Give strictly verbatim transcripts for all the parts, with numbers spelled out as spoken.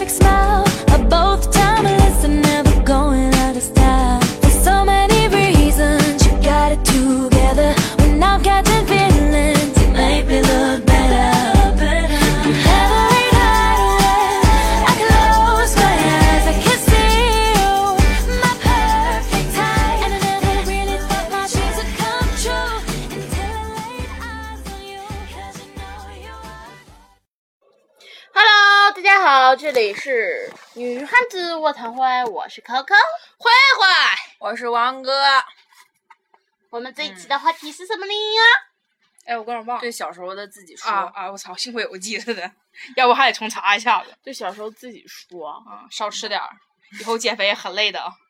perfect smile, are both timeless and never going out of style. For so many reasons, you got it together. When I've got the feelings, you make me look better. Every night I close my eyes, I can see you, my perfect type. And I never really thought my dreams would come true until I laid eyes on you, 'cause you know you are. Hello， 大家好，这里是女汉子卧谈会，我是 Coco， 坏坏，我是王哥。 我们这一期的话题是什么呢？ 哎，我刚才忘了。 对小时候的自己说啊啊！我操，幸亏有记得的，要不还得重查一下子。 对小时候自己说啊，少吃点儿，以后减肥很累的啊。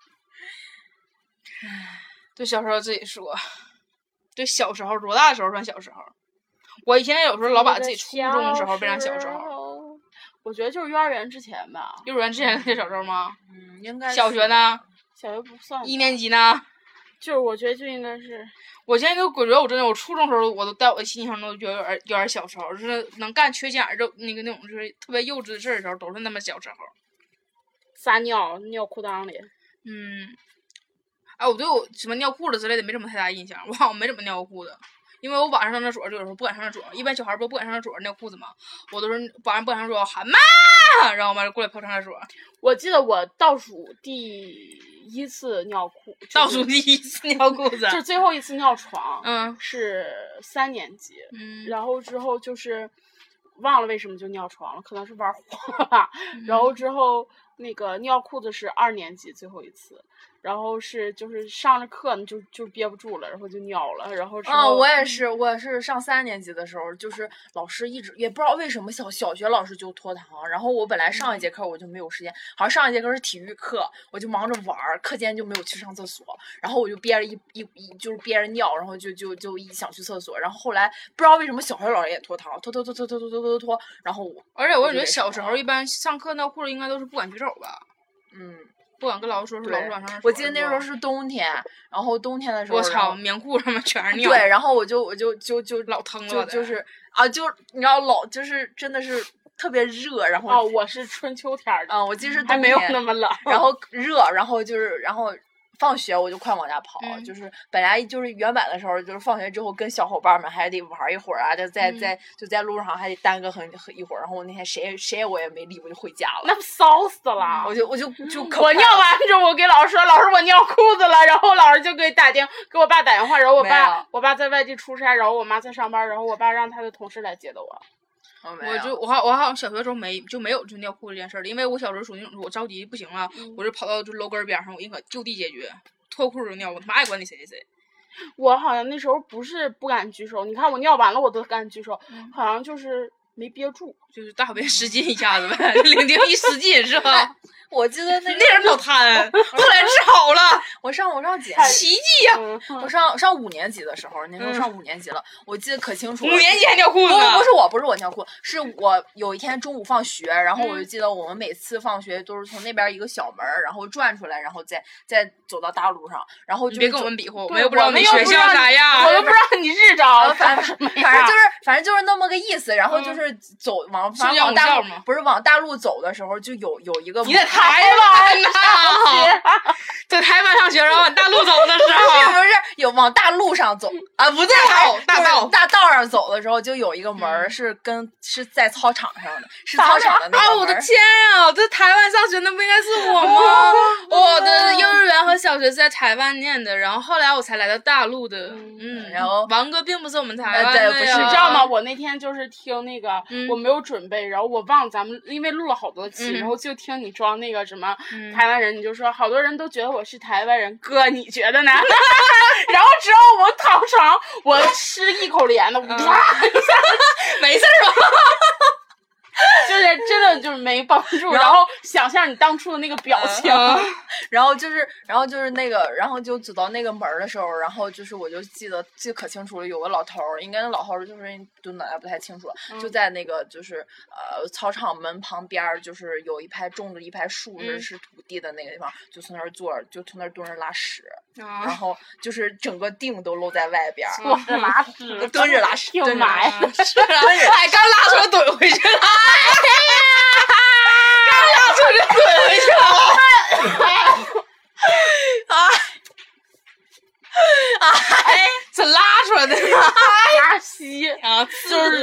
对小时候自己说，对小时候多大的时候算小时候？我以前有时候老把自己初中的时候变成小时候。 我觉得就是幼儿园之前吧。 幼儿园之前是小时候吗？ 嗯，应该。 小学呢？ 小学不算。 一年级呢？ 就是我觉得就应该是。 我现在都觉得我真的，我初中时候我都在我的心上都觉得有点有点小时候，就是能干缺心眼儿，就那个那种就是特别幼稚的事儿的时候，都是那么小时候。 撒尿尿裤裆里。 嗯。哎，我对我什么尿裤子之类的没什么太大印象，我好像没怎么尿过裤子。因为我晚上上厕所，就有时候不敢上厕所。一般小孩不不敢上厕所尿裤子嘛，我都是晚上不敢上厕所喊妈，然后我妈就过来陪我上厕所。 我记得我倒数第一次尿裤，就是、 倒数第一次尿裤子， 就最后一次尿床， 嗯， 是三年级， 嗯， 然后之后就是忘了为什么就尿床了，可能是玩火了吧。嗯、然后之后那个尿裤子是二年级最后一次。然后是就是上着课呢，就就憋不住了，然后就尿了，然后之后。 哦，我也是，我也是上三年级的时候，就是老师一直也不知道为什么小小学老师就拖堂，然后我本来上一节课我就没有时间，好像上一节课是体育课，我就忙着玩，课间就没有去上厕所，然后我就憋着一一一就是憋着尿，然后就就就一想去厕所，然后后来不知道为什么小学老师也拖堂，拖拖拖拖拖拖拖拖拖，然后我。 而且我觉得小时候一般上课尿裤子应该都是不敢举手吧？ 嗯。 不管跟老师说，是老师晚上。 我记得那时候是冬天，然后冬天的时候， 我操，棉裤上面全是尿。 对，然后我就我就就就老疼了， 就就是啊，就你知道老就是真的是特别热，然后哦，我是春秋天的， 嗯，我记得是还没有那么冷， 然后热，然后就是然后。放学我就快往家跑， 嗯、 就是本来就是原版的时候，就是放学之后跟小伙伴们还得玩一会儿啊，就在在、嗯、就在路上还得耽搁很很一会儿。然后我那天谁谁我也没理，我就回家了。 那不骚死了！ 我就我就就我尿完之后，我给老师说，老师我尿裤子了，然后老师就给打电给我爸打电话，然后我爸我爸在外地出差，然后我妈在上班，然后我爸让他的同事来接的我。 我就我好我好像小学的时候没就没有就尿裤子这件事儿了，因为我小时候属于那种我着急不行了，嗯、我就跑到就楼根边上，我宁可就地解决，脱裤子就尿，我他妈爱管你谁谁谁。 我好像那时候不是不敢举手，你看我尿完了我都敢举手，嗯、好像就是没憋住， 就是大小便失禁一下子呗，领丁一失禁是吧？ 我记得那那人老瘫，后来治好了。 我上我上几奇迹呀、 啊！我上上五年级的时候，那时候上五年级了，嗯、我记得可清楚了。 五年级还尿裤子？ 不不是我，不是我尿裤，是我有一天中午放学，然后我就记得我们每次放学都是从那边一个小门，然后转出来，然后再再走到大路上，然后就你别跟我们比划，我们又不知道你学校啥样， 我都不知道你日照， 反正反正就是反正就是那么个意思。然后就是走往反正往大路不是往大路走的时候，就有有一个你在台湾。在台湾上学，然后往大路走的时候， 是不是有往大路上走啊？不对， 大道大道上走的时候，就有一个门、嗯、是跟是在操场上的，是操场的那个门。 啊！我的天啊！在台湾上学，那不应该是我吗？我的幼儿园和小学是在台湾念的，然后后来我才来到大陆的。嗯， 嗯然后王哥并不是我们台湾的、 呃、对，不是， 你知道吗？我那天就是听那个， 嗯、 我没有准备，然后我忘了咱们因为录了好多期， 嗯、 然后就听你装那个什么。 嗯台湾人，你就说好多人都觉得我是台湾人，哥你觉得呢？然后之后我躺床，我吃一口莲的，哇、嗯！ 没事吧？ 就是真的就是没帮助，然后想象你当初的那个表情， 嗯、 然后就是然后就是那个，然后就走到那个门的时候，然后就是我就记得记得可清楚了，有个老头儿，应该那老头儿就是蹲哪不太清楚了， 嗯、 就在那个就是呃操场门旁边，就是有一排种着一排树，是、嗯、是土地的那个地方，就从那儿坐，就从那儿蹲着拉屎， 嗯、 然后就是整个腚都露在外边， 蹲着拉屎， 蹲着拉屎， 蹲着拉屎， 是啊，哎，刚拉出来怼回去了。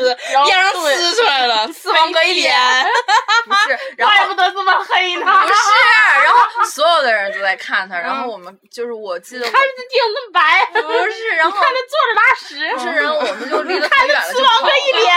撕， 然后边上对撕出来了，四王哥一脸。 不是，然后怪不得这么黑呢。 不是，然后所有的人都在看他，然后我们就是我记得我看着腚那么白， 不是，然后看他坐着拉屎， 不是，然后我们就离得可看远了，就跑着四王哥一脸，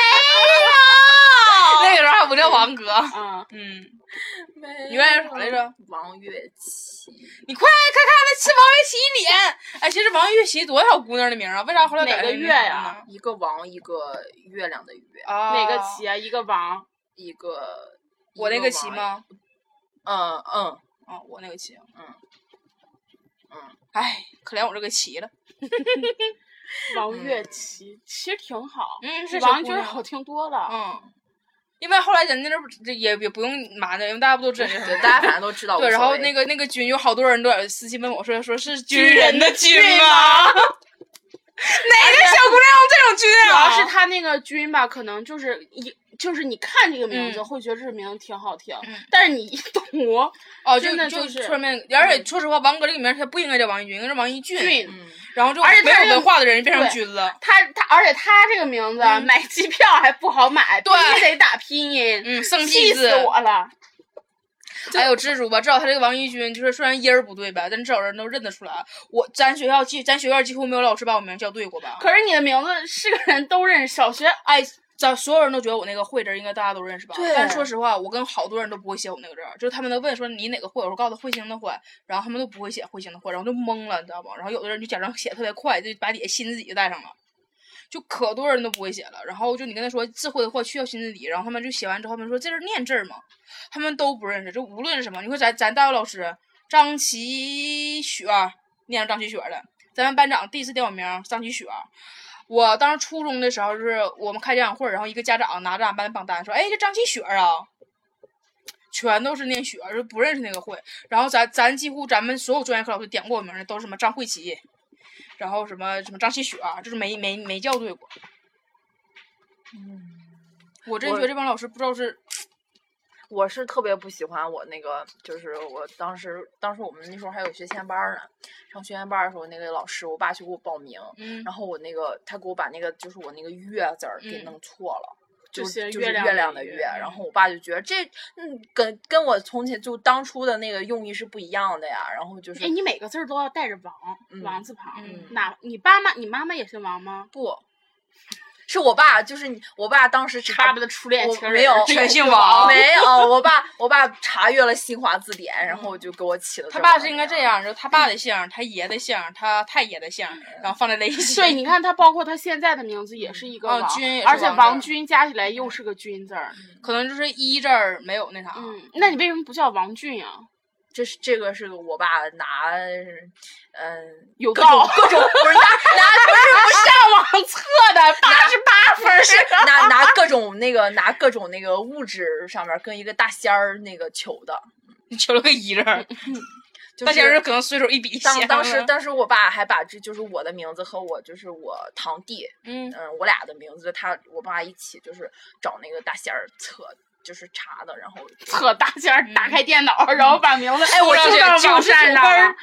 那个时候还不叫王哥。 嗯， 嗯， 没你原来是啥来着？ 王月琪， 你快看看那是王月琪一脸。哎，其实王月琪多少姑娘的名啊？为啥后来改哪个成月呀？ 一个王，一个月亮的月， 啊， 哪个琪啊？一个王， 一个我那个琪琪？吗？ 嗯嗯啊，我那个琪。 嗯嗯， 哎，可怜我这个琪了。 王月琪其实挺好， 嗯， 比是小姑娘王军好听多了。 嗯，因为后来人家那不这也也不用瞒着，因为大家不都知道对，大家反正都知道。 对，然后那个个那个军有好多人都在私信问我说，说是军军人的军军吗？哪个小姑娘用这种军主啊？ 要是他那个军吧，可能就是一就是你看这个名字、 嗯会觉得这个名字挺好听， 嗯但是你一读哦，就真的就就是出面，而且说实话，王哥这个名儿他不应该叫王一军，应该是王一俊。 俊， 嗯， 然后就没有而且他这个文化的人变成对军了。 他他而且他这个名字、 嗯买机票还不好买， 对必须得打拼音， 嗯，生气死僻字。 我了。 还有蜘蛛吧，至少他这个王一军，就是虽然音儿不对吧，但至少人都认得出来。我咱学校几咱学校几乎没有老师把我名叫对过吧？ 可是你的名字是个人都认识，小学哎，咱所有人都觉得我那个慧字儿应该大家都认识吧？ 对但说实话，我跟好多人都不会写我那个字儿，就是他们都问说你哪个慧，我说告诉他慧星的慧，然后他们都不会写慧星的慧，然后就懵了，你知道吧？然后有的人就假装写特别快，就把底下新字底带上了。就可多人都不会写了，然后就你跟他说智慧的慧需要新字底，然后他们就写完之后，他们说这是念字儿吗？他们都不认识，就无论是什么，你说咱咱大学老师张琪雪念成张琪雪了，咱们班长第一次点我名张琪雪。我当时初中的时候，就是我们开家长会，然后一个家长拿着俺班的榜单说：“哎，这张琪雪啊，全都是念雪，就不认识那个慧。”然后咱咱几乎咱们所有专业课老师点过我名的都是什么张慧琪，然后什么什么张琪雪，就是没没没叫对过。 嗯， 我真觉得这帮老师不知道是， 我是特别不喜欢我那个，就是我当时当时我们那时候还有学前班呢，上学前班的时候，那个老师我爸去给我报名， 嗯， 然后我那个他给我把那个就是我那个月字儿给嗯弄错了。就就是就是月月亮的月亮的月，然后我爸就觉得这嗯跟跟我从前就当初的那个用意是不一样的呀，然后就是哎，你每个字儿都要带着王、 嗯王字旁。 嗯哪？你爸妈，你妈妈也姓王吗？ 不，是我爸，就是你我爸当时查爸爸的初恋情人我没有全姓王没有，我爸我爸查阅了新华字典，然后就给我起了。 他爸是应该这，样，就是他爸的姓，他爷的姓，他太爷的姓，然后放在了一起。 对，你看他包括他现在的名字也是一个哦王， 军也是而且王字儿王军加起来又是个军字儿。 可能就是一字儿没有那啥。 嗯，那你为什么不叫王俊呀、 这是这个是我爸拿嗯有道各种各种不是拿拿不是不是上网测的八十八分儿是拿拿各种那个拿各种那个物质上面跟一个大仙儿那个求的， 你求了个一字儿， 就大仙儿是可能随手一笔写当当上了时当时我爸还把这就是我的名字和我就是我堂弟嗯嗯我俩的名字他我爸一起就是找那个大仙儿测就是查的，然后测大仙儿，打开电脑，然后把名字哎，我输到网站上了。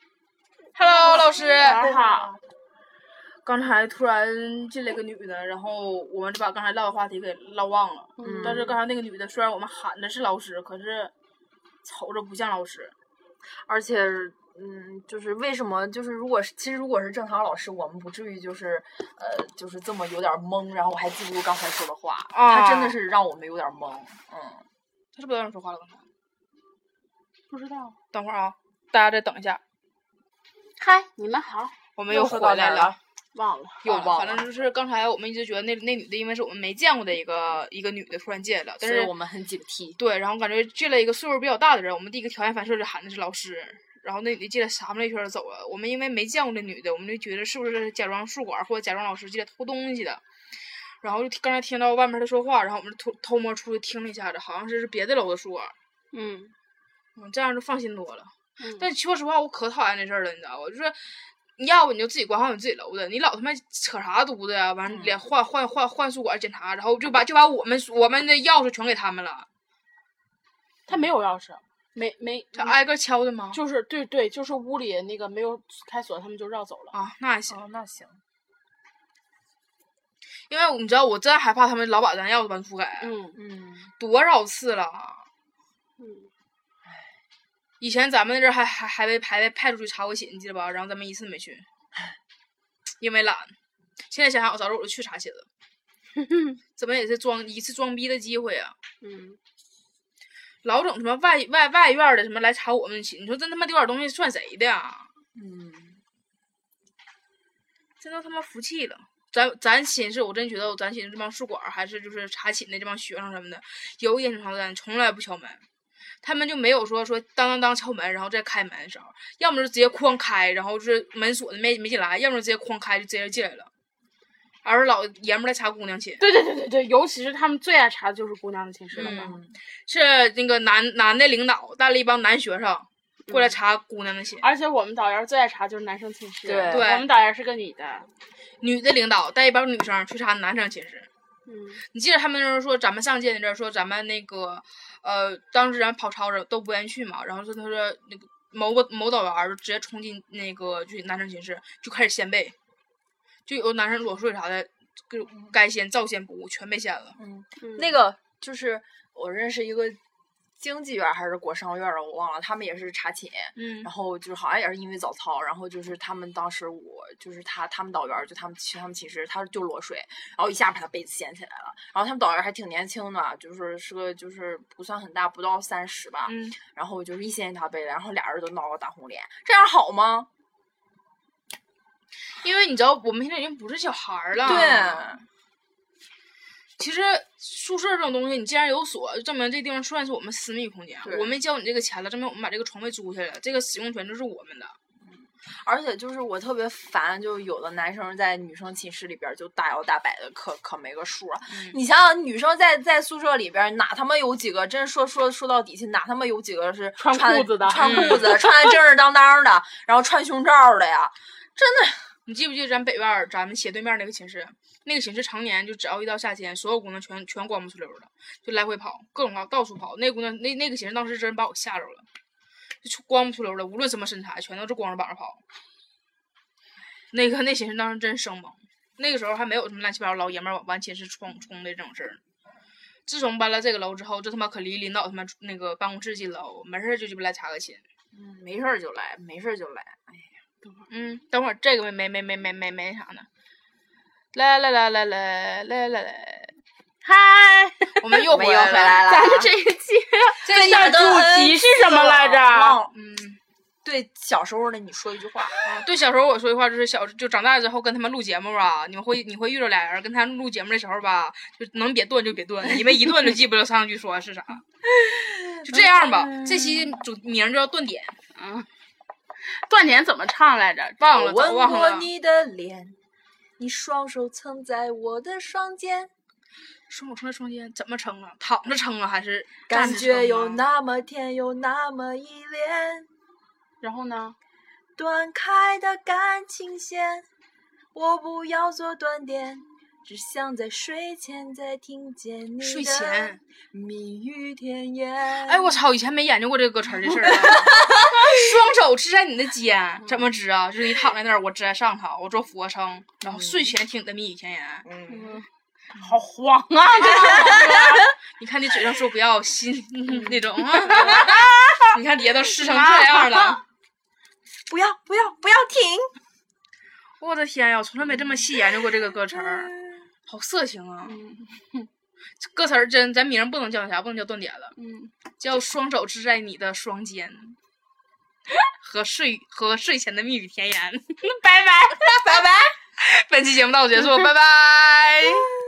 Hello， 老师。 晚好， 刚才突然进来个女的，然后我们就把刚才唠的话题给唠忘了。 嗯但是刚才那个女的，虽然我们喊的是老师，可是瞅着不像老师。 而且，嗯，就是为什么，就是如果是其实如果是正常老师，我们不至于就是呃，就是这么有点懵，然后我还记不住刚才说的话， 啊他真的是让我们有点懵，嗯。 他是不是有人说话了？刚才？ 不知道。 等会儿啊，大家再等一下， 嗨，你们好， 我们又说到回来了哪儿了。 忘了。 啊又忘了反正就是刚才我们一直觉得那那女的，因为是我们没见过的一个一个女的，突然进来了，但是所以我们很警惕。 对，然后感觉进来一个岁数比较大的人，我们第一个条件反射就喊的是老师，然后那女的进来撒么了一圈就走了。我们因为没见过那女的，我们就觉得是不是假装宿管或者假装老师进来偷东西的。然后就刚才听到外面她说话，然后我们就偷偷摸出去听了一下子，好像是别的楼的宿管。 嗯嗯，这样就放心多了。 嗯， 但说实话，我可讨厌这事儿了，你知道吧？就是你要不你就自己管好你自己楼的，你老他妈扯啥犊子呀？完嗯连换换换换宿管检查，然后就把就把我们我们的钥匙全给他们了， 他没有钥匙，没没， 他挨个敲的吗？ 就是对对，就是屋里那个没有开锁，他们就绕走了。 啊，那还行。 哦，那行。 因为你知道我真害怕他们老把咱钥匙搬出改， 嗯嗯， 多少次了。 嗯， 以前咱们那阵还还还被还被派出去查过寝，你记得吧？然后咱们一次没去，因为懒。现在想想，我早知道我就去查寝了。怎么也是装一次装逼的机会啊！ 嗯， 老整什么外外外院的什么来查我们寝，你说真他妈丢点东西算谁的呀？ 嗯， 真都他妈服气了。咱咱寝室，我真觉得咱寝室这帮宿管还是就是查寝的这帮学生什么的，有严重操蛋，从来不敲门。他们就没有说说当当当敲门，然后再开门的时候，要么就直接哐开，然后就是门锁的没没进来，要么就直接哐开就直接进来了。而是老爷们来查姑娘寝， 对对对对对，尤其是他们最爱查的就是姑娘的寝室了吧？ 嗯、是那个男男的领导带了一帮男学生过来查姑娘的寝， 而且我们导员最爱查就是男生寝室， 对对我们导员是个女的， 女的领导带一帮女生去查男生寝室。 嗯， 你记得他们那时候说咱们上届那阵说咱们那个呃，当时咱跑操着都不愿意去嘛，然后说他说那个某个某导员就直接冲进那个就男生寝室就开始掀被。就有男生裸睡啥的，该掀照掀不误，全被掀了。 嗯，那个就是我认识一个经济院还是国商院的，我忘了，他们也是查寝， 嗯， 然后就是好像也是因为早操，然后就是他们当时我就是他他们导员就他们去他们寝室，他就裸睡，然后一下把他被子掀起来了，然后他们导员还挺年轻的，就是是个就是不算很大，不到三十吧， 嗯， 然后就是一掀他被子，然后俩人都闹个大红脸，这样好吗？ 因为你知道我们现在已经不是小孩了。 对。 其实宿舍这种东西，你既然有锁，就证明这地方算是我们私密空间。我们交你这个钱了，证明我们把这个床位租下来了，这个使用权就是我们的。 而且就是我特别烦，就有的男生在女生寝室里边就大摇大摆的，可可没个数啊！ 嗯、 你想想，女生在在宿舍里边，哪他妈有几个真说说说到底去，哪他妈有几个是穿裤子的， 穿裤子，嗯、穿的正正当当的，然后穿胸罩的呀？真的。 你记不记得咱北院咱们斜对面那个寝室？那个寝室常年就只要一到夏天，所有姑娘全全光不出溜的，就来回跑，各种到处跑。那个姑娘那那个寝室当时真把我吓着了，就光不出溜的，无论什么身材，全都是光着膀子跑。那个那寝室当时真生猛，那个时候还没有什么乱七八糟老爷们儿往寝室冲冲的这种事儿。自从搬了这个楼之后，这他妈可离领导他妈那个办公室近了，没事就鸡巴来查个寝。 嗯，没事就来，没事就来，哎呀。 嗯，等会儿这个没没没没没没没啥呢。来来来来来来来来， 嗨， 我们又回来了。 咱们这一期这个主题是什么来着？ 嗯， 对小时候的你说一句话啊。对小时候我说一句话就是小就长大之后跟他们录节目吧，你们会你会遇到俩人跟他们录节目的时候吧，就能别顿就别顿，你们一顿就记不得上句说是啥。就这样吧，这期主名就叫断点。 嗯。断点怎么唱来着？ 忘了， 吻忘了。 过你的脸，你双手撑在我的双肩， 双手撑在双肩，怎么撑啊？躺着撑啊，还是感觉有那么甜，有那么依恋。 然后呢？ 断开的感情线，我不要做断点，只想在睡前再听见你的睡前蜜语甜言。 哎，我操！以前没研究过这个歌词的事儿啊。双手支在你的肩，怎么支啊？就是你躺在那儿，我支在上头，我做俯卧撑，然后睡前听你的蜜语甜言。 嗯，好黄啊！ 你看你嘴上说不要心那种，你看底下都湿成这样了。 不要不要不要停！ 我的天呀，我从来没这么细研究过这个歌词儿，好色情啊！歌词儿真，咱名不能叫啥，不能叫断点了， 嗯， 叫双手支在你的双肩。和睡和睡前的蜜语甜言， 拜拜拜拜，本期节目到此结束，拜拜。